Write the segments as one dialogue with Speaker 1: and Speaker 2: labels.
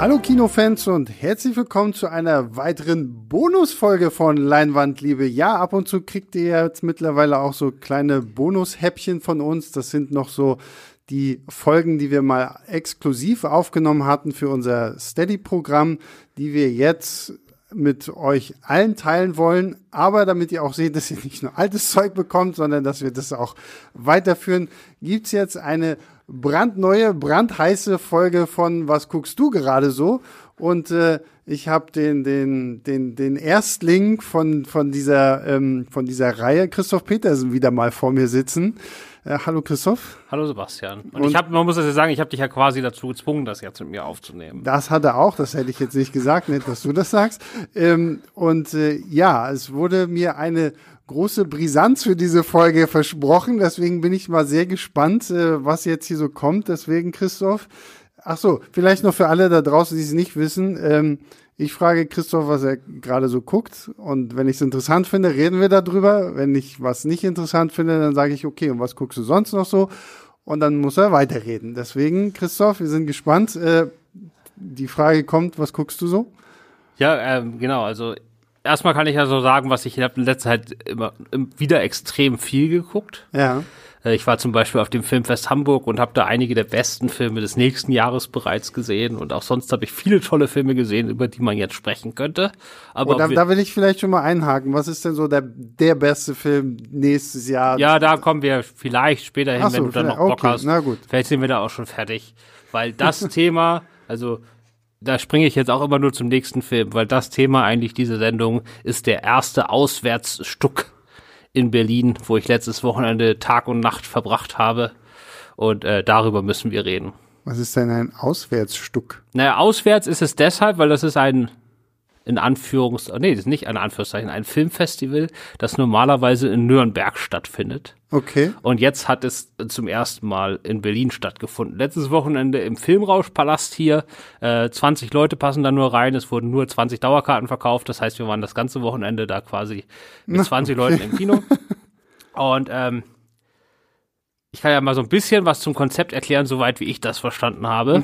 Speaker 1: Hallo Kinofans und herzlich willkommen zu einer weiteren Bonusfolge von Leinwandliebe. Ja, ab und zu kriegt ihr jetzt mittlerweile auch so kleine Bonushäppchen von uns. Das sind noch so die Folgen, die wir mal exklusiv aufgenommen hatten für unser Steady-Programm, die wir jetzt mit euch allen teilen wollen. Aber damit ihr auch seht, dass ihr nicht nur altes Zeug bekommt, sondern dass wir das auch weiterführen, gibt's jetzt eine brandneue, brandheiße Folge von Was guckst du gerade so? Und ich habe den Erstling von dieser Reihe, Christoph Petersen, wieder mal vor mir sitzen. Hallo Christoph.
Speaker 2: Hallo Sebastian. Und man muss das ja sagen, ich habe dich ja quasi dazu gezwungen, das jetzt mit mir aufzunehmen.
Speaker 1: Das hat er auch, das hätte ich jetzt nicht gesagt, nicht, dass du das sagst. Ja, es wurde mir eine große Brisanz für diese Folge versprochen, deswegen bin ich mal sehr gespannt, was jetzt hier so kommt. Deswegen, Christoph, ach so, vielleicht noch für alle da draußen, die es nicht wissen, ich frage Christoph, was er gerade so guckt, und wenn ich es interessant finde, reden wir darüber. Wenn ich was nicht interessant finde, dann sage ich, okay, und was guckst du sonst noch so? Und dann muss er weiterreden. Deswegen, Christoph, wir sind gespannt. Die Frage kommt, was guckst du so?
Speaker 2: Ja, genau, also erstmal kann ich ja so sagen, was ich habe in letzter Zeit immer wieder extrem viel geguckt.
Speaker 1: Ja.
Speaker 2: Ich war zum Beispiel auf dem Filmfest Hamburg und habe da einige der besten Filme des nächsten Jahres bereits gesehen. Und auch sonst habe ich viele tolle Filme gesehen, über die man jetzt sprechen könnte. Aber
Speaker 1: da will ich vielleicht schon mal einhaken. Was ist denn so der beste Film nächstes Jahr?
Speaker 2: Ja, da kommen wir vielleicht später hin, wenn du dann noch Bock hast.
Speaker 1: Na gut.
Speaker 2: Vielleicht sind wir da auch schon fertig. Weil das Thema, also da springe ich jetzt auch immer nur zum nächsten Film, weil das Thema eigentlich diese Sendung ist der erste Auswärtsstuck in Berlin, wo ich letztes Wochenende Tag und Nacht verbracht habe. Und darüber müssen wir reden.
Speaker 1: Was ist denn ein Auswärtsstuck?
Speaker 2: Naja, auswärts ist es deshalb, weil das ist ein das ist nicht ein Anführungszeichen, ein Filmfestival, das normalerweise in Nürnberg stattfindet.
Speaker 1: Okay.
Speaker 2: Und jetzt hat es zum ersten Mal in Berlin stattgefunden. Letztes Wochenende im Filmrauschpalast hier. 20 Leute passen da nur rein. Es wurden nur 20 Dauerkarten verkauft. Das heißt, wir waren das ganze Wochenende da quasi mit 20 Leuten im Kino. Und ich kann ja mal so ein bisschen was zum Konzept erklären, soweit wie ich das verstanden habe.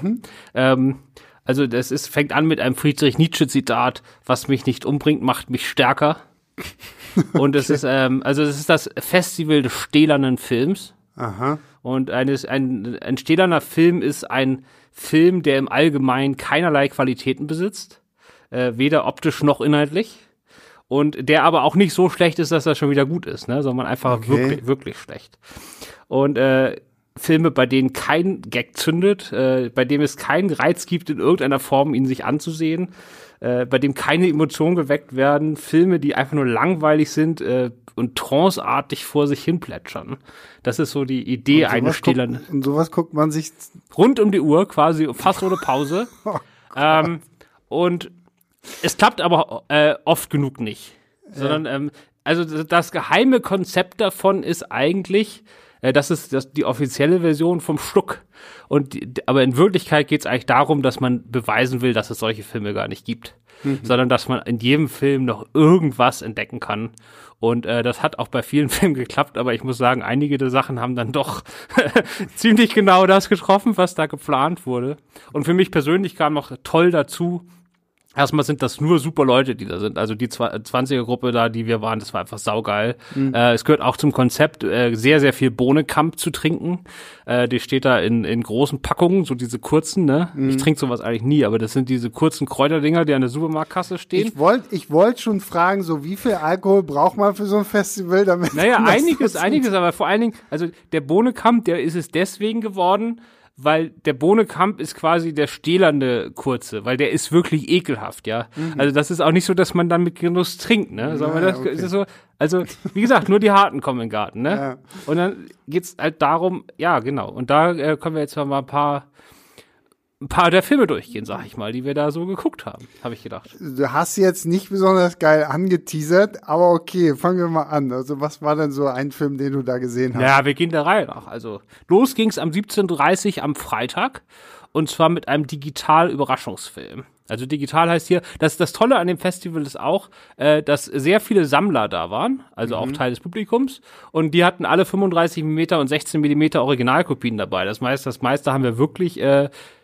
Speaker 2: Also fängt an mit einem Friedrich-Nietzsche-Zitat: Was mich nicht umbringt, macht mich stärker. Und es ist das Festival des stählernen Films.
Speaker 1: Aha.
Speaker 2: Und ein stählerner Film ist ein Film, der im Allgemeinen keinerlei Qualitäten besitzt, weder optisch noch inhaltlich. Und der aber auch nicht so schlecht ist, dass er schon wieder gut ist, ne? Sondern einfach wirklich, wirklich schlecht. Und Filme, bei denen kein Gag zündet, bei dem es keinen Reiz gibt, in irgendeiner Form ihn sich anzusehen, bei dem keine Emotionen geweckt werden, Filme, die einfach nur langweilig sind und tranceartig vor sich hin plätschern. Das ist so die Idee eines stählernen.
Speaker 1: Und sowas guckt man sich
Speaker 2: rund um die Uhr, quasi fast ohne Pause. Und es klappt aber oft genug nicht. Sondern, also das geheime Konzept davon ist eigentlich, das ist die offizielle Version vom Stuck. Aber in Wirklichkeit geht es eigentlich darum, dass man beweisen will, dass es solche Filme gar nicht gibt. Sondern dass man in jedem Film noch irgendwas entdecken kann. Und das hat auch bei vielen Filmen geklappt, aber ich muss sagen, einige der Sachen haben dann doch ziemlich genau das getroffen, was da geplant wurde. Und für mich persönlich kam noch toll dazu, erstmal sind das nur super Leute, die da sind. Also die 20er-Gruppe da, die wir waren, das war einfach saugeil. Es gehört auch zum Konzept, sehr, sehr viel Bohnenkamp zu trinken. Die steht da in großen Packungen, so diese kurzen, ne? Ich trinke sowas eigentlich nie, aber das sind diese kurzen Kräuterdinger, die an der Supermarktkasse stehen.
Speaker 1: Ich wollte schon fragen, so wie viel Alkohol braucht man für so ein Festival, damit...
Speaker 2: Naja, einiges, aber vor allen Dingen, also der Bohnenkamp, der ist es deswegen geworden, weil der Bohnenkamp ist quasi der stählernde Kurze, weil der ist wirklich ekelhaft, ja. Also das ist auch nicht so, dass man dann mit Genuss trinkt, ne? Sondern das ist so, also wie gesagt, nur die Harten kommen in den Garten, ne?
Speaker 1: Ja.
Speaker 2: Und dann geht's halt darum, ja, genau. Und da können wir jetzt mal ein paar der Filme durchgehen, sag ich mal, die wir da so geguckt haben, habe ich gedacht.
Speaker 1: Du hast jetzt nicht besonders geil angeteasert, aber okay, fangen wir mal an. Also was war denn so ein Film, den du da gesehen hast?
Speaker 2: Ja, wir gehen der Reihe nach. Also los ging's am 17:30 am Freitag, und zwar mit einem Digital-Überraschungsfilm. Also digital heißt hier, das Tolle an dem Festival ist auch, dass sehr viele Sammler da waren, also auch Teil des Publikums, und die hatten alle 35 mm und 16 mm Originalkopien dabei. Das meiste haben wir wirklich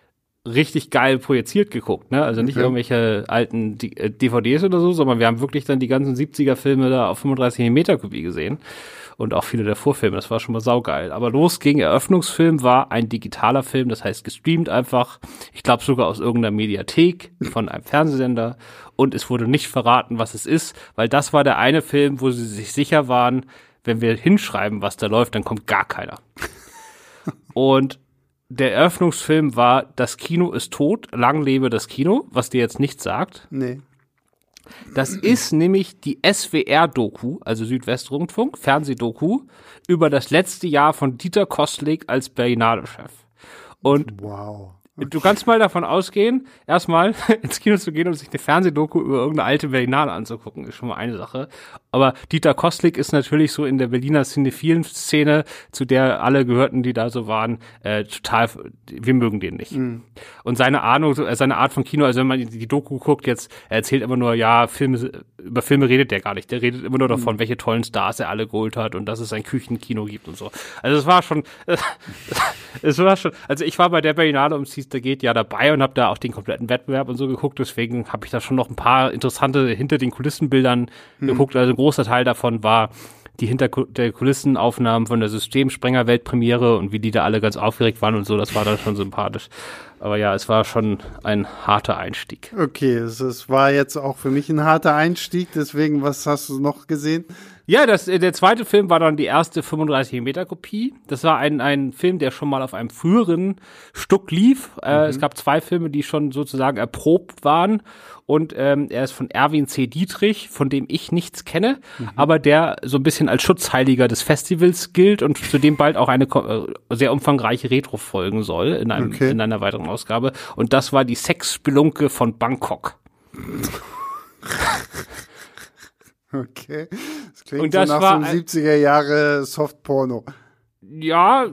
Speaker 2: richtig geil projiziert geguckt, ne? Also nicht irgendwelche alten DVDs oder so, sondern wir haben wirklich dann die ganzen 70er-Filme da auf 35mm Kopie gesehen. Und auch viele der Vorfilme, das war schon mal saugeil. Aber los ging, Eröffnungsfilm war ein digitaler Film, das heißt gestreamt einfach, ich glaube sogar aus irgendeiner Mediathek von einem Fernsehsender. Und es wurde nicht verraten, was es ist, weil das war der eine Film, wo sie sich sicher waren, wenn wir hinschreiben, was da läuft, dann kommt gar keiner. Und der Eröffnungsfilm war Das Kino ist tot, lang lebe das Kino, was dir jetzt nichts sagt.
Speaker 1: Nee.
Speaker 2: Das ist nämlich die SWR-Doku, also Südwestrundfunk, Fernsehdoku, über das letzte Jahr von Dieter Kostlik als Berlinale-Chef. Und
Speaker 1: wow.
Speaker 2: Du kannst mal davon ausgehen, erstmal ins Kino zu gehen und sich eine Fernsehdoku über irgendeine alte Berlinale anzugucken, ist schon mal eine Sache. Aber Dieter Kostlik ist natürlich so in der Berliner Cinephilen-Szene, zu der alle gehörten, die da so waren, total, wir mögen den nicht. Mhm. Und seine Ahnung, seine Art von Kino, also wenn man die Doku guckt jetzt, er erzählt immer nur, ja, über Filme redet der gar nicht. Der redet immer nur davon, welche tollen Stars er alle geholt hat und dass es ein Küchenkino gibt und so. Also es war schon, also ich war bei der Berlinale, um es hieß, da geht ja dabei und habe da auch den kompletten Wettbewerb und so geguckt, deswegen habe ich da schon noch ein paar interessante hinter den Kulissenbildern geguckt, also ein großer Teil davon war die hinter der Kulissenaufnahmen von der Systemsprenger-Weltpremiere und wie die da alle ganz aufgeregt waren und so, das war dann schon sympathisch. Aber ja, es war schon ein harter Einstieg.
Speaker 1: Okay, es war jetzt auch für mich ein harter Einstieg, deswegen, was hast du noch gesehen?
Speaker 2: Ja, der zweite Film war dann die erste 35mm-Kopie. Das war ein Film, der schon mal auf einem früheren Stück lief. Es gab 2 Filme, die schon sozusagen erprobt waren. Und er ist von Erwin C. Dietrich, von dem ich nichts kenne, aber der so ein bisschen als Schutzheiliger des Festivals gilt und zu dem bald auch eine sehr umfangreiche Retro folgen soll in einer weiteren Ausgabe. Und das war die Sexspelunke von Bangkok.
Speaker 1: Okay, das klingt so nach so einem 70er Jahre Softporno.
Speaker 2: Ja,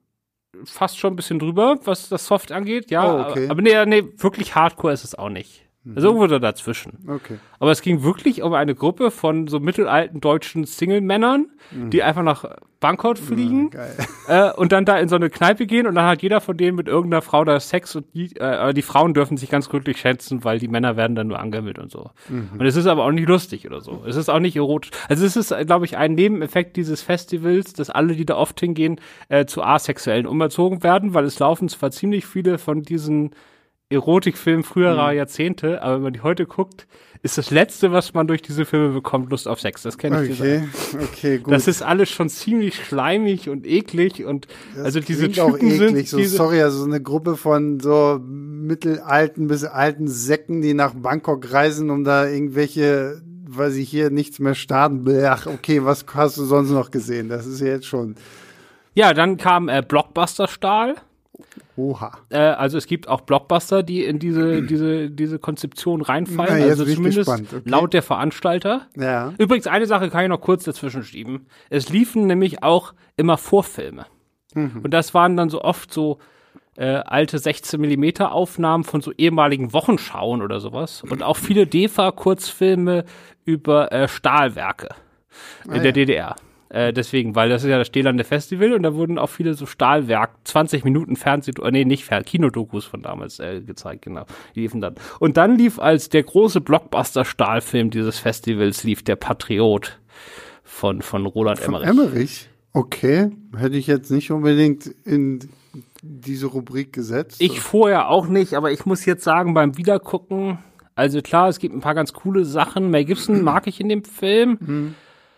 Speaker 2: fast schon ein bisschen drüber, was das Soft angeht, ja.
Speaker 1: Okay.
Speaker 2: Aber nee, wirklich Hardcore ist es auch nicht. Also irgendwo da dazwischen.
Speaker 1: Okay.
Speaker 2: Aber es ging wirklich um eine Gruppe von so mittelalten deutschen Single-Männern, die einfach nach Bangkok fliegen und dann da in so eine Kneipe gehen und dann hat jeder von denen mit irgendeiner Frau da Sex und die Frauen dürfen sich ganz glücklich schätzen, weil die Männer werden dann nur angehimmelt und so. Und es ist aber auch nicht lustig oder so. Es ist auch nicht erotisch. Also es ist, glaube ich, ein Nebeneffekt dieses Festivals, dass alle, die da oft hingehen, zu Asexuellen umerzogen werden, weil es laufen zwar ziemlich viele von diesen Erotikfilm früherer Jahrzehnte, aber wenn man die heute guckt, ist das Letzte, was man durch diese Filme bekommt, Lust auf Sex. Das kenne ich dir sagen.
Speaker 1: Okay, gut.
Speaker 2: Das ist alles schon ziemlich schleimig und eklig und
Speaker 1: das
Speaker 2: also diese
Speaker 1: Typen auch eklig.
Speaker 2: sind
Speaker 1: Sorry, also so eine Gruppe von so mittelalten bis alten Säcken, die nach Bangkok reisen, um da irgendwelche, weil sie hier nichts mehr starten. Ach, okay, was hast du sonst noch gesehen? Das ist ja jetzt schon.
Speaker 2: Ja, dann kam Blockbuster Stahl.
Speaker 1: Oha.
Speaker 2: Also es gibt auch Blockbuster, die in diese Konzeption reinfallen, also zumindest laut der Veranstalter.
Speaker 1: Ja.
Speaker 2: Übrigens, eine Sache kann ich noch kurz dazwischen schieben. Es liefen nämlich auch immer Vorfilme. Und das waren dann so oft so alte 16mm Aufnahmen von so ehemaligen Wochenschauen oder sowas. Und auch viele DEFA-Kurzfilme über Stahlwerke in der DDR. Deswegen, weil das ist ja das Stählerne Festival und da wurden auch viele so Stahlwerk, 20 Minuten Kinodokus von damals gezeigt, genau. Die liefen dann. Und dann lief als der große Blockbuster-Stahlfilm dieses Festivals lief der Patriot von Roland Emmerich.
Speaker 1: Emmerich? Okay. Hätte ich jetzt nicht unbedingt in diese Rubrik gesetzt.
Speaker 2: Ich vorher auch nicht, aber ich muss jetzt sagen, beim Wiedergucken, also klar, es gibt ein paar ganz coole Sachen. Mel Gibson mag ich in dem Film.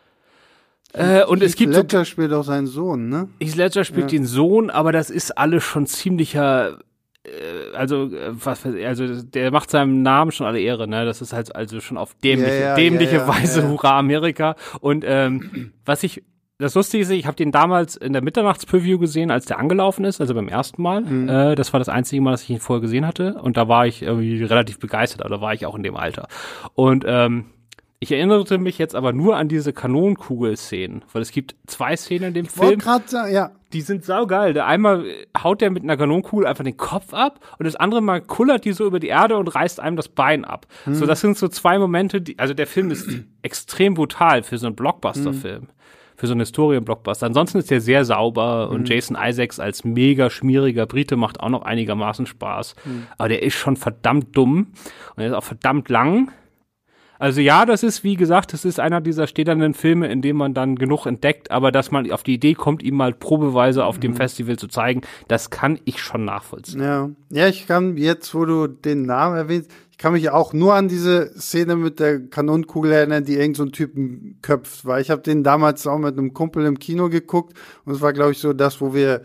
Speaker 2: Und es gibt
Speaker 1: Ledger spielt auch seinen Sohn, ne?
Speaker 2: Heath Ledger spielt den Sohn, aber das ist alles schon ziemlicher, also der macht seinem Namen schon alle Ehre, ne? Das ist halt also schon auf dämliche Weise Hurra Amerika. Und das Lustige ist, ich habe den damals in der Mitternachtspreview gesehen, als der angelaufen ist, also beim ersten Mal. Das war das einzige Mal, dass ich ihn vorher gesehen hatte. Und da war ich irgendwie relativ begeistert, aber da war ich auch in dem Alter. Und ich erinnerte mich jetzt aber nur an diese Kanonenkugel-Szenen, weil es gibt 2 Szenen in dem Film, die sind saugeil. Der einmal haut der mit einer Kanonenkugel einfach den Kopf ab und das andere Mal kullert die so über die Erde und reißt einem das Bein ab. So, das sind so 2 Momente, also der Film ist extrem brutal für so einen Blockbuster-Film. für so einen Historien-Blockbuster. Ansonsten ist der sehr sauber und Jason Isaacs als mega schmieriger Brite macht auch noch einigermaßen Spaß. Aber der ist schon verdammt dumm und er ist auch verdammt lang. Also ja, das ist, wie gesagt, das ist einer dieser stählernen Filme, in dem man dann genug entdeckt, aber dass man auf die Idee kommt, ihm mal probeweise auf dem Festival zu zeigen, das kann ich schon nachvollziehen.
Speaker 1: Ja, ich kann jetzt, wo du den Namen erwähnst, ich kann mich auch nur an diese Szene mit der Kanonenkugel erinnern, die irgend so einen Typen köpft, weil ich habe den damals auch mit einem Kumpel im Kino geguckt und es war, glaube ich, so das, wo wir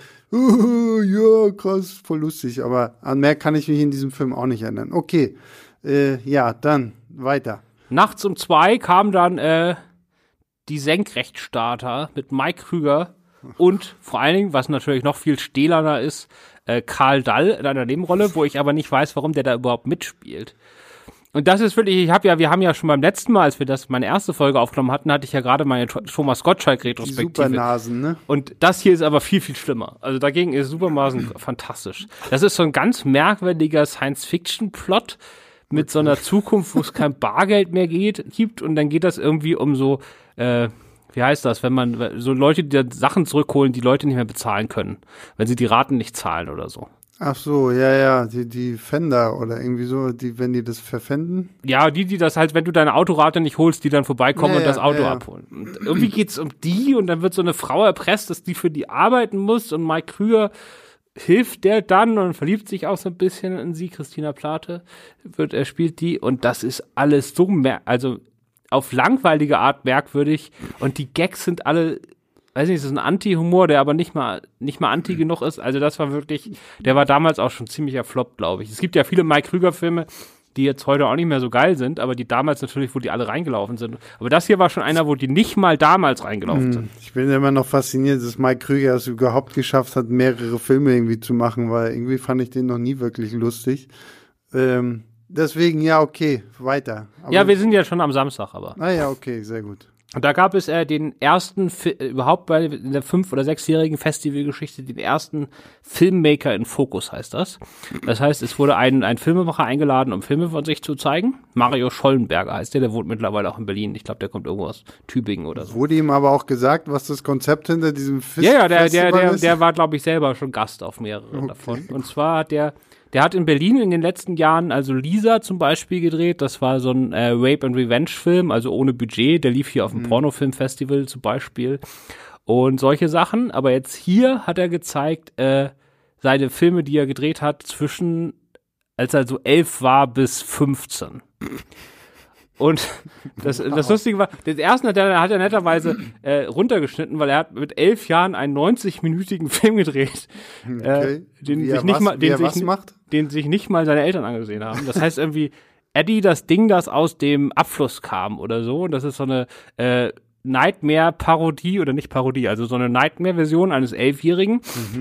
Speaker 1: ja, krass, voll lustig, aber an mehr kann ich mich in diesem Film auch nicht erinnern. Okay, ja, dann weiter.
Speaker 2: Nachts um 2 kam dann die Senkrechtstarter mit Mike Krüger und vor allen Dingen, was natürlich noch viel stählerner ist, Karl Dall in einer Nebenrolle, wo ich aber nicht weiß, warum der da überhaupt mitspielt. Und das ist wirklich, wir haben ja schon beim letzten Mal, als wir meine erste Folge aufgenommen hatten, hatte ich ja gerade meine Thomas Gottschalk-Retrospektive.
Speaker 1: Supernasen, ne?
Speaker 2: Und das hier ist aber viel, viel schlimmer. Also dagegen ist Supernasen fantastisch. Das ist so ein ganz merkwürdiger Science-Fiction-Plot, mit so einer Zukunft, wo es kein Bargeld mehr gibt und dann geht das irgendwie um so, wie heißt das, wenn man so Leute, die da Sachen zurückholen, die Leute nicht mehr bezahlen können, wenn sie die Raten nicht zahlen oder so.
Speaker 1: Ach so, ja, die Pfänder oder irgendwie so, wenn die das verpfänden?
Speaker 2: Ja, die das halt, wenn du deine Autorate nicht holst, die dann vorbeikommen und das Auto abholen. Und irgendwie geht's um die und dann wird so eine Frau erpresst, dass die für die arbeiten muss und Mike Krüger hilft der dann und verliebt sich auch so ein bisschen in sie, Christina Plate, spielt die und das ist alles so, also auf langweilige Art merkwürdig und die Gags sind alle, weiß nicht, das ist ein Anti-Humor, der aber nicht mal anti genug ist, also das war wirklich, der war damals auch schon ziemlicher Flop, glaube ich. Es gibt ja viele Mike Krüger-Filme, die jetzt heute auch nicht mehr so geil sind, aber die damals natürlich, wo die alle reingelaufen sind. Aber das hier war schon einer, wo die nicht mal damals reingelaufen sind.
Speaker 1: Ich bin immer noch fasziniert, dass Mike Krüger es überhaupt geschafft hat, mehrere Filme irgendwie zu machen, weil irgendwie fand ich den noch nie wirklich lustig. Deswegen, ja, okay, weiter. Aber
Speaker 2: ja, wir sind ja schon am Samstag, aber.
Speaker 1: Ah ja, okay, sehr gut.
Speaker 2: Und da gab es den ersten, überhaupt in der 5- oder 6-jährigen Festivalgeschichte, den ersten Filmmaker in Fokus, heißt das. Das heißt, es wurde ein Filmemacher eingeladen, um Filme von sich zu zeigen. Mario Schollenberger heißt der wohnt mittlerweile auch in Berlin. Ich glaube, der kommt irgendwo aus Tübingen oder so.
Speaker 1: Wurde ihm aber auch gesagt, was das Konzept hinter diesem Festival ist?
Speaker 2: Der war, glaube ich, selber schon Gast auf mehreren davon. Und zwar hat der hat in Berlin in den letzten Jahren also Lisa zum Beispiel gedreht. Das war so ein Rape and Revenge Film, also ohne Budget. Der lief hier auf dem Pornofilmfestival zum Beispiel und solche Sachen. Aber jetzt hier hat er gezeigt seine Filme, die er gedreht hat als er so 11 war bis 15. Und das Lustige war, den ersten hat er netterweise runtergeschnitten, weil er hat mit 11 Jahren einen 90-minütigen Film gedreht, den sich nicht mal seine Eltern angesehen haben. Das heißt irgendwie, Eddie, das Ding, das aus dem Abfluss kam oder so. Und das ist so eine Nightmare-Parodie oder nicht Parodie, also so eine Nightmare-Version eines 11-Jährigen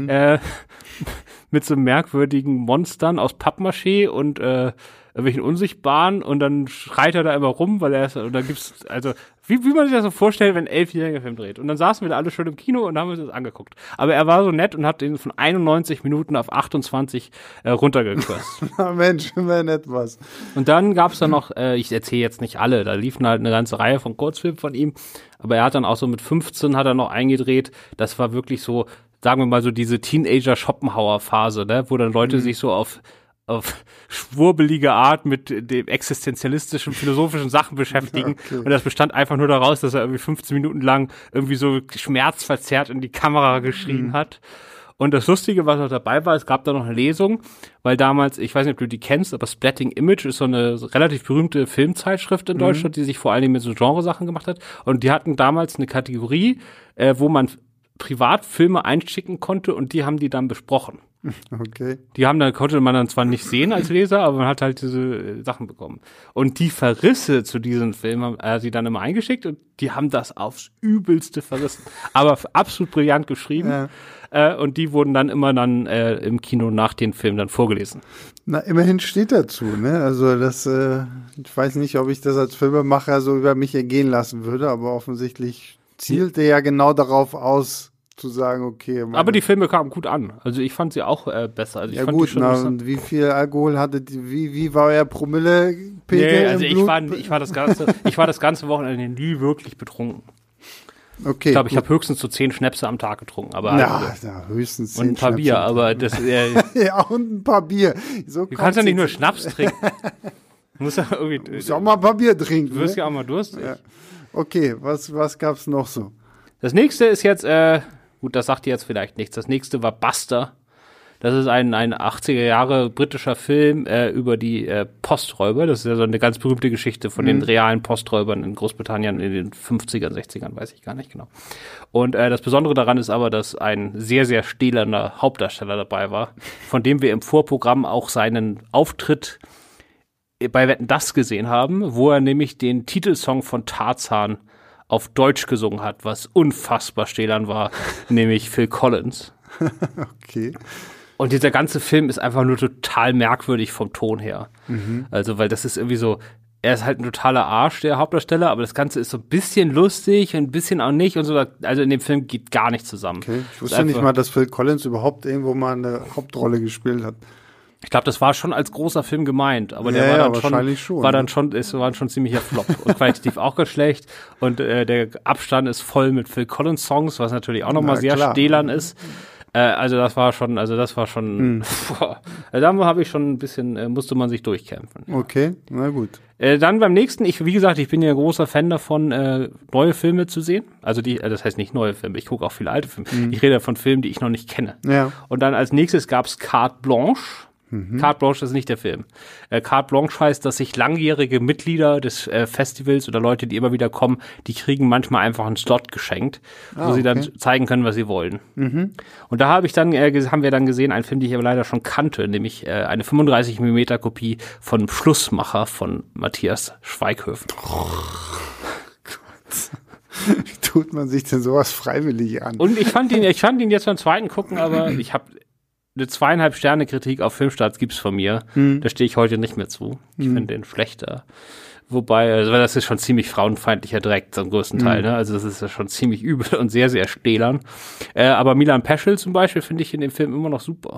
Speaker 2: mit so merkwürdigen Monstern aus Pappmaché und irgendwelchen Unsichtbaren und dann schreit er da immer rum, weil und dann gibt's, also, wie man sich das so vorstellt, wenn ein 11-jähriger Film dreht. Und dann saßen wir da alle schön im Kino und haben uns das angeguckt. Aber er war so nett und hat den von 91 Minuten auf 28 runtergekürzt.
Speaker 1: Na Mensch, wäre nett was.
Speaker 2: Und dann gab's da noch, ich erzähle jetzt nicht alle, da liefen halt eine ganze Reihe von Kurzfilmen von ihm, aber er hat dann auch so mit 15 hat er noch eingedreht, das war wirklich so, sagen wir mal so diese Teenager-Schopenhauer-Phase, ne, wo dann Leute sich so auf schwurbelige Art mit dem existenzialistischen, philosophischen Sachen beschäftigen. Okay. Und das bestand einfach nur daraus, dass er irgendwie 15 Minuten lang irgendwie so schmerzverzerrt in die Kamera geschrien hat. Und das Lustige, was noch dabei war, es gab da noch eine Lesung, weil damals, ich weiß nicht, ob du die kennst, aber Splatting Image ist so eine relativ berühmte Filmzeitschrift in Deutschland, die sich vor allen Dingen mit so Genresachen gemacht hat. Und die hatten damals eine Kategorie, wo man Privatfilme einschicken konnte und die haben die dann besprochen.
Speaker 1: Okay.
Speaker 2: Konnte man dann zwar nicht sehen als Leser, aber man hat halt diese Sachen bekommen. Und die Verrisse zu diesen Filmen haben sie dann immer eingeschickt und die haben das aufs Übelste verrissen. Aber absolut brillant geschrieben. Ja. Und die wurden dann immer im Kino nach den Filmen dann vorgelesen.
Speaker 1: Na, immerhin steht dazu, ne? Also das, ich weiß nicht, ob ich das als Filmemacher so über mich ergehen lassen würde, aber offensichtlich zielt er ja genau darauf aus, zu sagen, okay.
Speaker 2: Aber die Filme kamen gut an. Also ich fand sie auch besser. Also ich
Speaker 1: ja
Speaker 2: fand
Speaker 1: gut, und wie viel Alkohol hattet wie war euer Promillepegel
Speaker 2: also
Speaker 1: im Blut?
Speaker 2: ich war das ganze Wochenende nie wirklich betrunken.
Speaker 1: Okay.
Speaker 2: Ich glaube, ich habe höchstens so 10 Schnäpse am Tag getrunken. Aber
Speaker 1: höchstens 10
Speaker 2: und ein paar Bier, aber das
Speaker 1: ja, und ein paar Bier. So
Speaker 2: du kannst ja nicht nur Schnaps trinken. Du musst ja irgendwie.
Speaker 1: Du musst auch mal ein paar Bier trinken.
Speaker 2: Du wirst ja auch mal durstig. Ja.
Speaker 1: Okay, was gab's noch so?
Speaker 2: Das nächste ist jetzt, gut, das sagt dir jetzt vielleicht nichts. Das nächste war Buster. Das ist ein 80er Jahre britischer Film über die Posträuber. Das ist ja so eine ganz berühmte Geschichte von den realen Posträubern in Großbritannien in den 50ern, 60ern, weiß ich gar nicht genau. Und das Besondere daran ist aber, dass ein sehr, sehr stählerner Hauptdarsteller dabei war, von dem wir im Vorprogramm auch seinen Auftritt bei Wetten, dass gesehen haben, wo er nämlich den Titelsong von Tarzan auf Deutsch gesungen hat, was unfassbar stählern war, nämlich Phil Collins.
Speaker 1: Okay.
Speaker 2: Und dieser ganze Film ist einfach nur total merkwürdig vom Ton her. Also, weil das ist irgendwie so, er ist halt ein totaler Arsch, der Hauptdarsteller, aber das Ganze ist so ein bisschen lustig und ein bisschen auch nicht und so. Also in dem Film geht gar nichts zusammen.
Speaker 1: Okay. Ich wusste nicht mal, dass Phil Collins überhaupt irgendwo mal eine Hauptrolle gespielt hat.
Speaker 2: Ich glaube, das war schon als großer Film gemeint, aber
Speaker 1: ja,
Speaker 2: der war dann
Speaker 1: wahrscheinlich
Speaker 2: schon, war dann schon, es war schon ziemlicher Flop und qualitativ auch ganz schlecht. Und der Abstand ist voll mit Phil Collins Songs, was natürlich auch nochmal sehr stählern ist. Also das war schon, da habe ich schon ein bisschen, musste man sich durchkämpfen.
Speaker 1: Okay, na gut.
Speaker 2: Dann beim nächsten, wie gesagt, ich bin ja ein großer Fan davon, neue Filme zu sehen. Also das heißt nicht neue Filme, ich gucke auch viele alte Filme. Ich rede von Filmen, die ich noch nicht kenne.
Speaker 1: Ja.
Speaker 2: Und dann als nächstes gab's Carte Blanche. Carte Blanche ist nicht der Film. Carte Blanche heißt, dass sich langjährige Mitglieder des Festivals oder Leute, die immer wieder kommen, die kriegen manchmal einfach einen Slot geschenkt, wo sie dann zeigen können, was sie wollen. Und da haben wir dann gesehen, einen Film, den ich aber leider schon kannte, nämlich eine 35mm Kopie von Schlussmacher von Matthias Schweighöfer.
Speaker 1: Oh Gott. Wie tut man sich denn sowas freiwillig an?
Speaker 2: Und ich fand ihn jetzt beim zweiten gucken, aber ich habe eine 2,5 Sterne Kritik auf Filmstarts gibt's von mir. Da stehe ich heute nicht mehr zu. Ich finde den schlechter. Wobei, also das ist schon ziemlich frauenfeindlicher Dreck zum größten Teil, ne? Also das ist ja schon ziemlich übel und sehr, sehr stählern. Aber Milan Peschel zum Beispiel finde ich in dem Film immer noch super.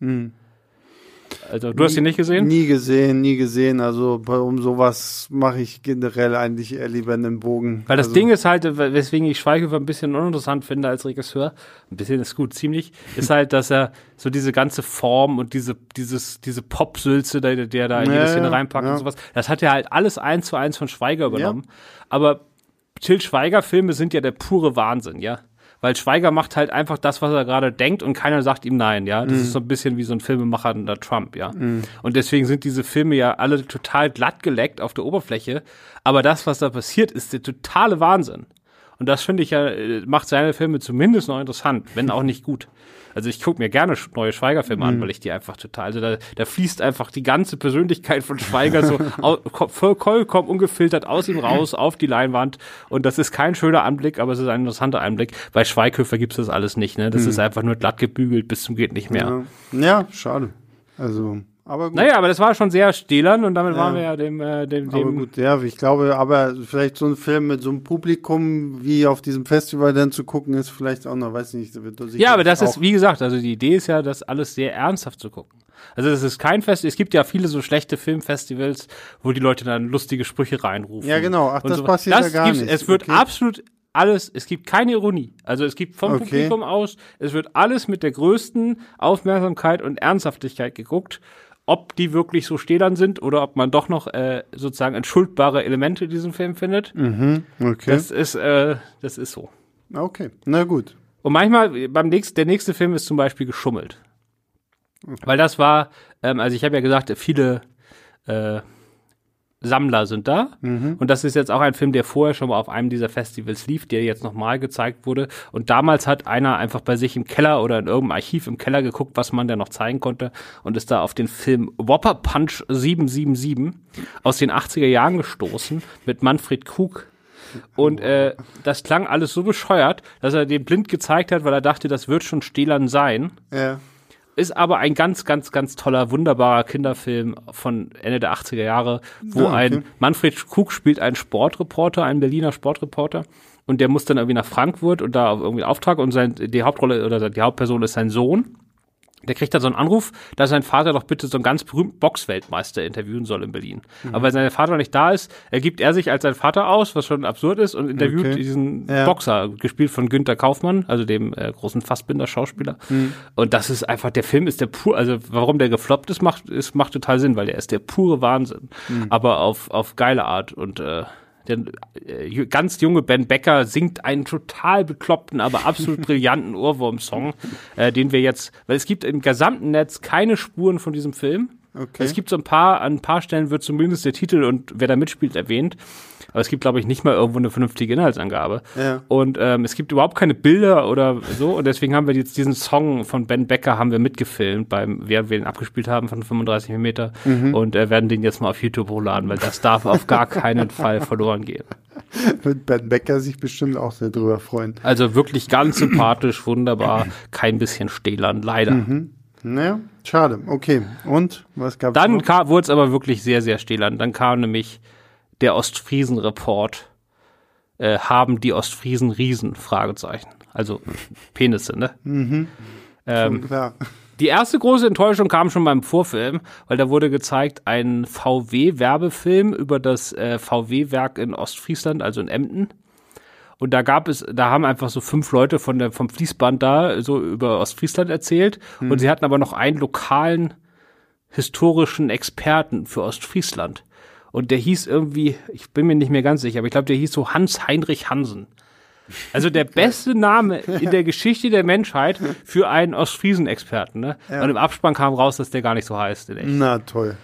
Speaker 2: Also du hast ihn nicht gesehen?
Speaker 1: Nie gesehen. Also um sowas mache ich generell eigentlich eher lieber einen Bogen.
Speaker 2: Weil das Ding ist halt, weswegen ich Schweighöfer ein bisschen uninteressant finde als Regisseur, ein bisschen ist gut, ziemlich, ist halt, dass er so diese ganze Form und diese Pop-Sülze, der da in jede Szene reinpackt und sowas, das hat er halt alles 1:1 von Schweiger übernommen. Aber Til Schweiger-Filme sind ja der pure Wahnsinn, ja. Weil Schweiger macht halt einfach das, was er gerade denkt und keiner sagt ihm nein, ja. Das ist so ein bisschen wie so ein Filmemacher der Trump, ja. Und deswegen sind diese Filme ja alle total glatt geleckt auf der Oberfläche. Aber das, was da passiert, ist der totale Wahnsinn. Und das finde ich ja, macht seine Filme zumindest noch interessant, wenn auch nicht gut. Also ich gucke mir gerne neue Schweiger-Filme an, weil ich die einfach total, also da fließt einfach die ganze Persönlichkeit von Schweiger so vollkommen ungefiltert aus ihm raus auf die Leinwand und das ist kein schöner Anblick, aber es ist ein interessanter Anblick. Bei Schweighöfer gibt's das alles nicht, ne? Das ist einfach nur glatt gebügelt bis zum geht nicht mehr.
Speaker 1: Ja, schade. Also aber gut.
Speaker 2: Naja, aber das war schon sehr stählern und damit waren wir ja dem
Speaker 1: aber gut, ja, ich glaube, aber vielleicht so ein Film mit so einem Publikum wie auf diesem Festival dann zu gucken, ist vielleicht auch noch, weiß nicht.
Speaker 2: Ja, aber das ist, wie gesagt, also die Idee ist ja, das alles sehr ernsthaft zu gucken. Also es ist kein Fest, es gibt ja viele so schlechte Filmfestivals, wo die Leute dann lustige Sprüche reinrufen.
Speaker 1: Ja, genau, ach, das passiert ja gar nicht.
Speaker 2: Es wird absolut alles, es gibt keine Ironie. Also es gibt vom Publikum aus, es wird alles mit der größten Aufmerksamkeit und Ernsthaftigkeit geguckt. Ob die wirklich so stählern sind oder ob man doch noch sozusagen entschuldbare Elemente in diesem Film findet.
Speaker 1: Okay.
Speaker 2: Das ist so.
Speaker 1: Okay, na gut.
Speaker 2: Und manchmal, der nächste Film ist zum Beispiel geschummelt. Weil das war, also ich habe ja gesagt, viele Sammler sind da. Und das ist jetzt auch ein Film, der vorher schon mal auf einem dieser Festivals lief, der jetzt nochmal gezeigt wurde. Und damals hat einer einfach bei sich im Keller oder in irgendeinem Archiv im Keller geguckt, was man da noch zeigen konnte und ist da auf den Film Whopper Punch 777 aus den 80er Jahren gestoßen mit Manfred Krug. Und das klang alles so bescheuert, dass er den blind gezeigt hat, weil er dachte, das wird schon stählern sein.
Speaker 1: Ja.
Speaker 2: Ist aber ein ganz, ganz, ganz toller, wunderbarer Kinderfilm von Ende der 80er Jahre, wo ein Manfred Krug spielt einen Sportreporter, einen Berliner Sportreporter. Und der muss dann irgendwie nach Frankfurt und da irgendwie Auftrag und die Hauptrolle oder die Hauptperson ist sein Sohn. Der kriegt dann so einen Anruf, dass sein Vater doch bitte so einen ganz berühmten Boxweltmeister interviewen soll in Berlin. Aber weil sein Vater nicht da ist, ergibt er sich als sein Vater aus, was schon absurd ist, und interviewt diesen Boxer, gespielt von Günther Kaufmann, also dem großen Fassbinder-Schauspieler. Und das ist einfach, der Film ist also warum der gefloppt ist, macht total Sinn, weil der ist der pure Wahnsinn. Aber auf geile Art. Und der ganz junge Ben Becker singt einen total bekloppten, aber absolut brillanten Ohrwurm-Song, den wir jetzt, weil es gibt im gesamten Netz keine Spuren von diesem Film. Okay. Es gibt so an ein paar Stellen wird zumindest der Titel und wer da mitspielt erwähnt. Aber es gibt, glaube ich, nicht mal irgendwo eine vernünftige Inhaltsangabe. Ja. Und es gibt überhaupt keine Bilder oder so. Und deswegen haben wir jetzt diesen Song von Ben Becker haben wir mitgefilmt, während wir den abgespielt haben von 35 mm. Und werden den jetzt mal auf YouTube hochladen, weil das darf auf gar keinen Fall verloren gehen.
Speaker 1: Wird Ben Becker sich bestimmt auch sehr drüber freuen.
Speaker 2: Also wirklich ganz sympathisch, wunderbar, kein bisschen stählern, leider.
Speaker 1: Naja, schade. Okay. Und was gab's
Speaker 2: dann
Speaker 1: noch?
Speaker 2: Dann wurde es aber wirklich sehr, sehr stählern. Dann kam nämlich der Ostfriesen-Report. Haben die Ostfriesen Riesen? Fragezeichen. Also Penisse, ne?
Speaker 1: Klar.
Speaker 2: Die erste große Enttäuschung kam schon beim Vorfilm, weil da wurde gezeigt ein VW-Werbefilm über das VW-Werk in Ostfriesland, also in Emden. Und da haben einfach so 5 Leute vom Fließband da so über Ostfriesland erzählt. Und sie hatten aber noch einen lokalen historischen Experten für Ostfriesland. Und der hieß irgendwie, ich bin mir nicht mehr ganz sicher, aber ich glaube, der hieß so Hans-Heinrich Hansen. Also der beste Name in der Geschichte der Menschheit für einen Ostfriesen-Experten, ne? Ja. Und im Abspann kam raus, dass der gar nicht so heißt. In echt.
Speaker 1: Na toll.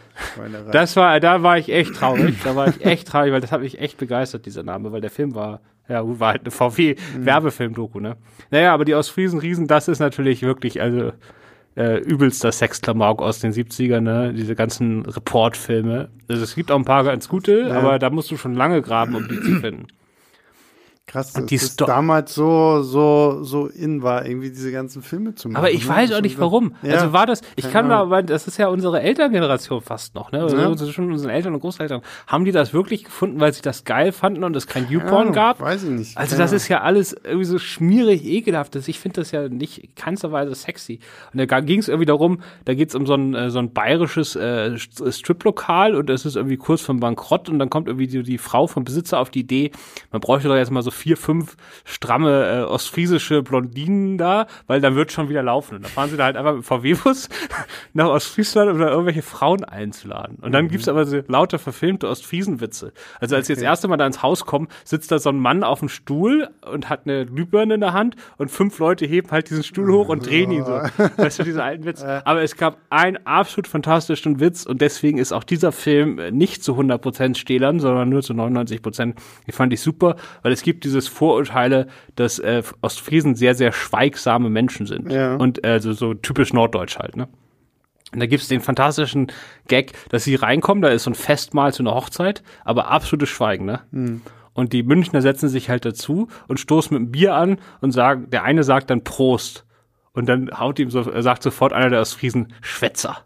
Speaker 2: Da war ich echt traurig. Weil das hat mich echt begeistert, dieser Name, weil der Film war halt eine VW-Werbefilm-Doku, ne? Naja, aber die Ostfriesen-Riesen, das ist natürlich wirklich, also übelster Sexklamauk aus den 70ern, ne? Diese ganzen Reportfilme. Also es gibt auch ein paar ganz gute, aber da musst du schon lange graben, um die zu finden.
Speaker 1: Krass, dass das damals so in war, irgendwie diese ganzen Filme zu machen.
Speaker 2: Aber ich weiß auch nicht warum. Ja. Also war das, das ist ja unsere Elterngeneration fast noch, ne? Also schon unsere Eltern und Großeltern. Haben die das wirklich gefunden, weil sie das geil fanden und es kein YouPorn gab?
Speaker 1: Weiß ich nicht.
Speaker 2: Also das ist ja alles irgendwie so schmierig, ekelhaft. Ich finde das ja nicht keinster Weise sexy. Und da ging es irgendwie darum, da geht es um so ein bayerisches Striplokal und es ist irgendwie kurz vom Bankrott und dann kommt irgendwie die Frau vom Besitzer auf die Idee, man bräuchte doch jetzt mal so 4, 5 stramme ostfriesische Blondinen da, weil dann wird schon wieder laufen. Und da fahren sie da halt einfach mit VW-Bus nach Ostfriesland, um da irgendwelche Frauen einzuladen. Und dann gibt's aber so lauter verfilmte Ostfriesen-Witze. Also als sie das erste Mal da ins Haus kommen, sitzt da so ein Mann auf dem Stuhl und hat eine Glühbirne in der Hand und 5 Leute heben halt diesen Stuhl hoch und drehen ihn so. Weißt du, diese alten Witze. Aber es gab einen absolut fantastischen Witz und deswegen ist auch dieser Film nicht zu 100% stählern, sondern nur zu 99%. Die fand ich super, weil es gibt dieses Vorurteile, dass Ostfriesen sehr, sehr schweigsame Menschen sind. Ja. Und also so typisch norddeutsch halt, ne? Und da gibt's den fantastischen Gag, dass sie reinkommen, da ist so ein Festmahl zu einer Hochzeit, aber absolutes Schweigen, ne? Und die Münchner setzen sich halt dazu und stoßen mit dem Bier an und sagen, der eine sagt dann Prost. Und dann sagt sofort einer der Ostfriesen Schwätzer.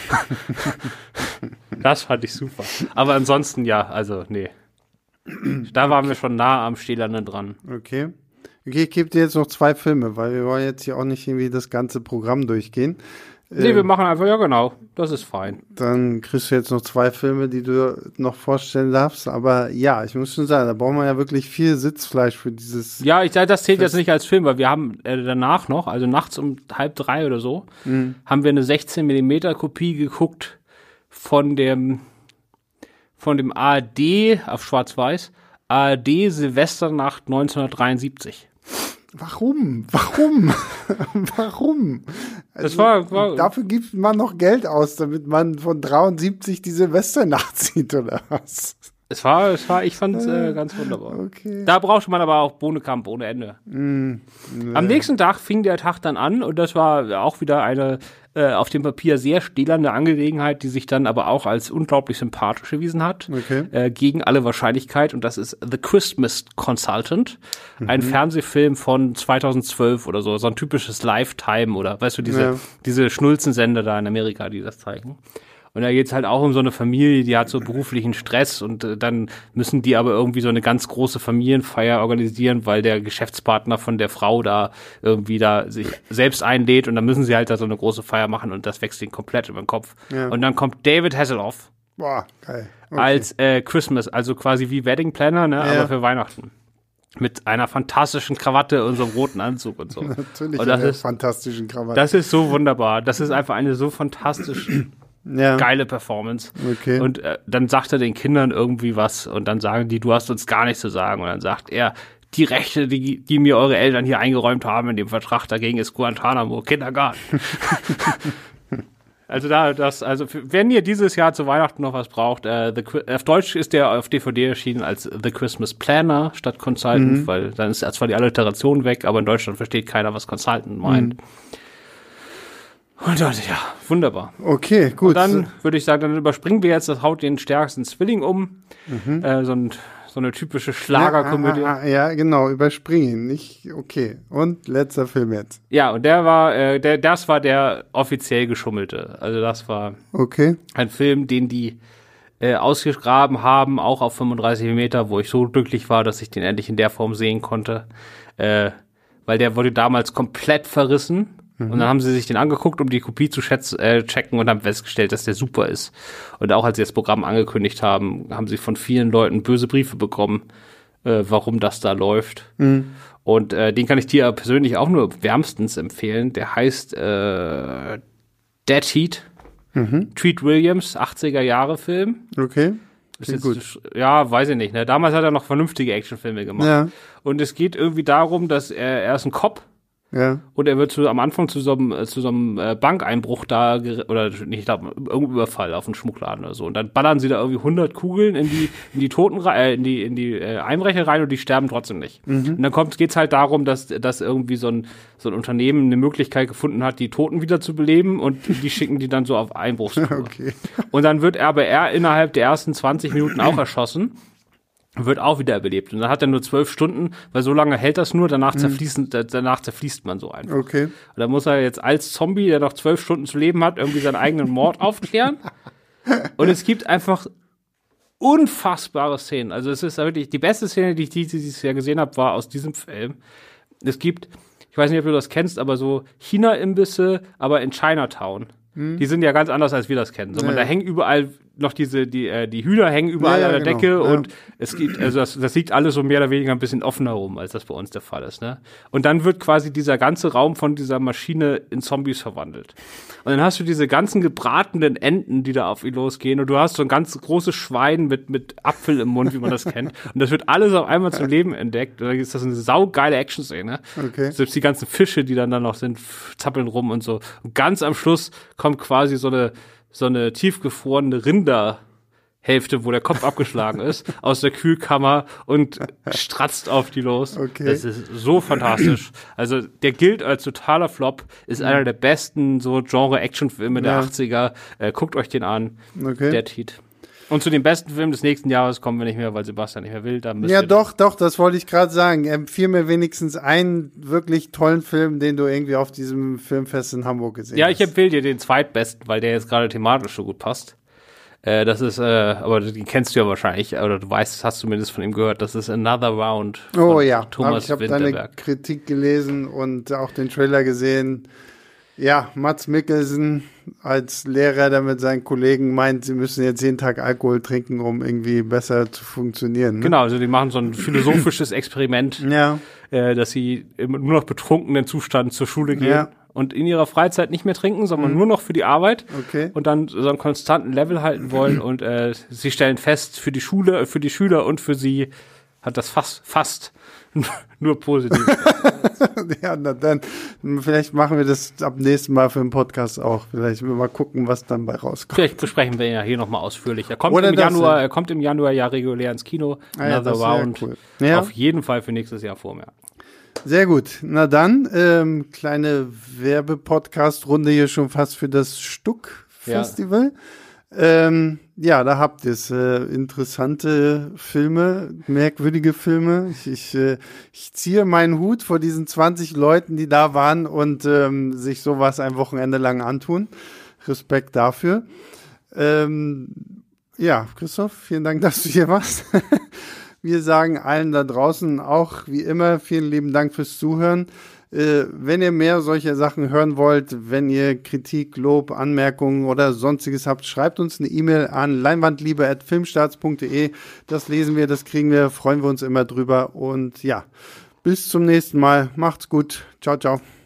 Speaker 2: Das fand ich super. Aber ansonsten ja, also nee. Da waren wir schon nah am Stählernen dran.
Speaker 1: Okay, ich gebe dir jetzt noch 2 Filme, weil wir wollen jetzt hier auch nicht irgendwie das ganze Programm durchgehen.
Speaker 2: Nee, wir machen einfach, ja genau, das ist fein.
Speaker 1: Dann kriegst du jetzt noch 2 Filme, die du noch vorstellen darfst. Aber ja, ich muss schon sagen, da brauchen wir ja wirklich viel Sitzfleisch für dieses...
Speaker 2: Ja, das zählt jetzt nicht als Film, weil wir haben danach noch, also nachts um 2:30 oder so, haben wir eine 16mm Kopie geguckt von dem ARD auf Schwarz-Weiß, ARD Silvesternacht 1973.
Speaker 1: Warum?
Speaker 2: Das war
Speaker 1: dafür gibt man noch Geld aus, damit man von 73 die Silvesternacht sieht, oder was?
Speaker 2: Ich fand es ganz wunderbar. Okay. Da brauchte man aber auch Bohnekamp ohne Ende. Am nächsten Tag fing der Tag dann an und das war auch wieder eine auf dem Papier sehr stählernde Angelegenheit, die sich dann aber auch als unglaublich sympathisch erwiesen hat, gegen alle Wahrscheinlichkeit. Und das ist The Christmas Consultant, ein Fernsehfilm von 2012 oder so ein typisches Lifetime oder weißt du, diese Schnulzensender da in Amerika, die das zeigen. Und da geht's halt auch um so eine Familie, die hat so beruflichen Stress und dann müssen die aber irgendwie so eine ganz große Familienfeier organisieren, weil der Geschäftspartner von der Frau da irgendwie da sich selbst einlädt und dann müssen sie halt da so eine große Feier machen und das wächst ihnen komplett über den Kopf. Ja. Und dann kommt David Hasselhoff.
Speaker 1: Boah, geil. Okay.
Speaker 2: Als Christmas, also quasi wie Wedding Planner, ne, aber für Weihnachten. Mit einer fantastischen Krawatte und so einem roten Anzug und so.
Speaker 1: Natürlich
Speaker 2: und das
Speaker 1: eine
Speaker 2: ist,
Speaker 1: fantastischen Krawatte.
Speaker 2: Das ist so wunderbar. Das ist einfach eine so fantastisch geile Performance.
Speaker 1: Okay.
Speaker 2: Und dann sagt er den Kindern irgendwie was und dann sagen die, du hast uns gar nichts zu sagen. Und dann sagt er, die Rechte, die mir eure Eltern hier eingeräumt haben in dem Vertrag, dagegen ist Guantanamo Kindergarten. Also wenn ihr dieses Jahr zu Weihnachten noch was braucht, auf Deutsch ist der auf DVD erschienen als The Christmas Planner statt Consultant, weil dann ist zwar die Alliteration weg, aber in Deutschland versteht keiner, was Consultant meint. Und dann, ja, wunderbar.
Speaker 1: Okay, gut.
Speaker 2: Und dann würde ich sagen, dann überspringen wir jetzt, das haut den stärksten Zwilling um. So eine typische Schlagerkomödie.
Speaker 1: Ja, genau, überspringen. Nicht, okay. Und letzter Film jetzt.
Speaker 2: Ja, und der war, das war der offiziell geschummelte. Also das war ein Film, den die ausgegraben haben, auch auf 35 mm, wo ich so glücklich war, dass ich den endlich in der Form sehen konnte. Weil der wurde damals komplett verrissen. Und dann haben sie sich den angeguckt, um die Kopie zu checken und haben festgestellt, dass der super ist. Und auch als sie das Programm angekündigt haben, haben sie von vielen Leuten böse Briefe bekommen, warum das da läuft. Und den kann ich dir persönlich auch nur wärmstens empfehlen. Der heißt Dead Heat. Treat Williams, 80er-Jahre-Film.
Speaker 1: Okay.
Speaker 2: Ist jetzt, gut. Ja, weiß ich nicht. Ne? Damals hat er noch vernünftige Actionfilme gemacht. Ja. Und es geht irgendwie darum, dass er ist ein Cop. Ja. Und er wird am Anfang zu so einem Bankeinbruch da, oder nicht, ich glaube, irgendein Überfall auf einen Schmuckladen oder so. Und dann ballern sie da irgendwie 100 Kugeln in die Toten in die Einbrecher rein und die sterben trotzdem nicht. Und dann geht's halt darum, dass irgendwie so ein Unternehmen eine Möglichkeit gefunden hat, die Toten wieder zu beleben und die schicken die dann so auf Einbruchstour. Okay. Und dann wird er innerhalb der ersten 20 Minuten auch erschossen. Wird auch wieder belebt. Und dann hat er nur 12 Stunden, weil so lange hält das nur, danach zerfließt man so einfach. Okay. Und dann muss er jetzt als Zombie, der noch 12 Stunden zu leben hat, irgendwie seinen eigenen Mord aufklären. Und es gibt einfach unfassbare Szenen. Also es ist wirklich, die beste Szene, die ich dieses Jahr gesehen habe, war aus diesem Film. Es gibt, ich weiß nicht, ob du das kennst, aber so China-Imbisse, aber in Chinatown. Die sind ja ganz anders, als wir das kennen. Da hängen überall noch die Hühner hängen überall an der Decke und es gibt, also das liegt alles so mehr oder weniger ein bisschen offener rum, als das bei uns der Fall ist, ne? Und dann wird quasi dieser ganze Raum von dieser Maschine in Zombies verwandelt. Und dann hast du diese ganzen gebratenen Enten, die da auf ihn losgehen und du hast so ein ganz großes Schwein mit Apfel im Mund, wie man das kennt. Und das wird alles auf einmal zum Leben entdeckt. Und dann ist das eine saugeile Action-Szene. Okay. Selbst die ganzen Fische, die dann noch sind, zappeln rum und so. Und ganz am Schluss kommt quasi so eine tiefgefrorene Rinderhälfte, wo der Kopf abgeschlagen ist, aus der Kühlkammer und stratzt auf die los. Okay. Das ist so fantastisch. Also der gilt als totaler Flop, ist einer der besten so Genre-Action-Filme der 80er. Guckt euch den an. Okay. Dead Heat. Und zu den besten Filmen des nächsten Jahres kommen wir nicht mehr, weil Sebastian nicht mehr will. Da
Speaker 1: doch, das wollte ich gerade sagen. Empfiehl mir wenigstens einen wirklich tollen Film, den du irgendwie auf diesem Filmfest in Hamburg gesehen hast.
Speaker 2: Ja, ich empfehle dir den zweitbesten, weil der jetzt gerade thematisch so gut passt. Das ist, aber den kennst du ja wahrscheinlich, oder du weißt, hast zumindest von ihm gehört, das ist Another Round von Thomas Winterberg. Ich habe deine
Speaker 1: Kritik gelesen und auch den Trailer gesehen. Ja, Mads Mikkelsen als Lehrer, der mit seinen Kollegen meint, sie müssen jetzt jeden Tag Alkohol trinken, um irgendwie besser zu funktionieren. Ne?
Speaker 2: Genau, also die machen so ein philosophisches Experiment, dass sie nur noch betrunkenen Zustand zur Schule gehen und in ihrer Freizeit nicht mehr trinken, sondern nur noch für die Arbeit und dann so einen konstanten Level halten wollen und sie stellen fest, für die Schüler und für sie hat das fast nur positiv.
Speaker 1: Ja, dann vielleicht machen wir das ab nächsten Mal für den Podcast auch. Vielleicht mal gucken, was dann bei rauskommt.
Speaker 2: Vielleicht besprechen wir ihn ja hier nochmal ausführlich. Er kommt im Januar ja regulär ins Kino. Another Round. Cool. Ja. Auf jeden Fall für nächstes Jahr vormerken.
Speaker 1: Sehr gut. Na dann, kleine Werbepodcast-Runde hier schon fast für das Stuck-Festival. Ja, da habt ihr es. Interessante Filme, merkwürdige Filme. Ich ziehe meinen Hut vor diesen 20 Leuten, die da waren und sich sowas ein Wochenende lang antun. Respekt dafür. Ja, Christoph, vielen Dank, dass du hier warst. Wir sagen allen da draußen auch wie immer vielen lieben Dank fürs Zuhören. Wenn ihr mehr solcher Sachen hören wollt, wenn ihr Kritik, Lob, Anmerkungen oder sonstiges habt, schreibt uns eine E-Mail an leinwandliebe@filmstarts.de. Das lesen wir, das kriegen wir, freuen wir uns immer drüber. Und ja, bis zum nächsten Mal. Macht's gut. Ciao, ciao.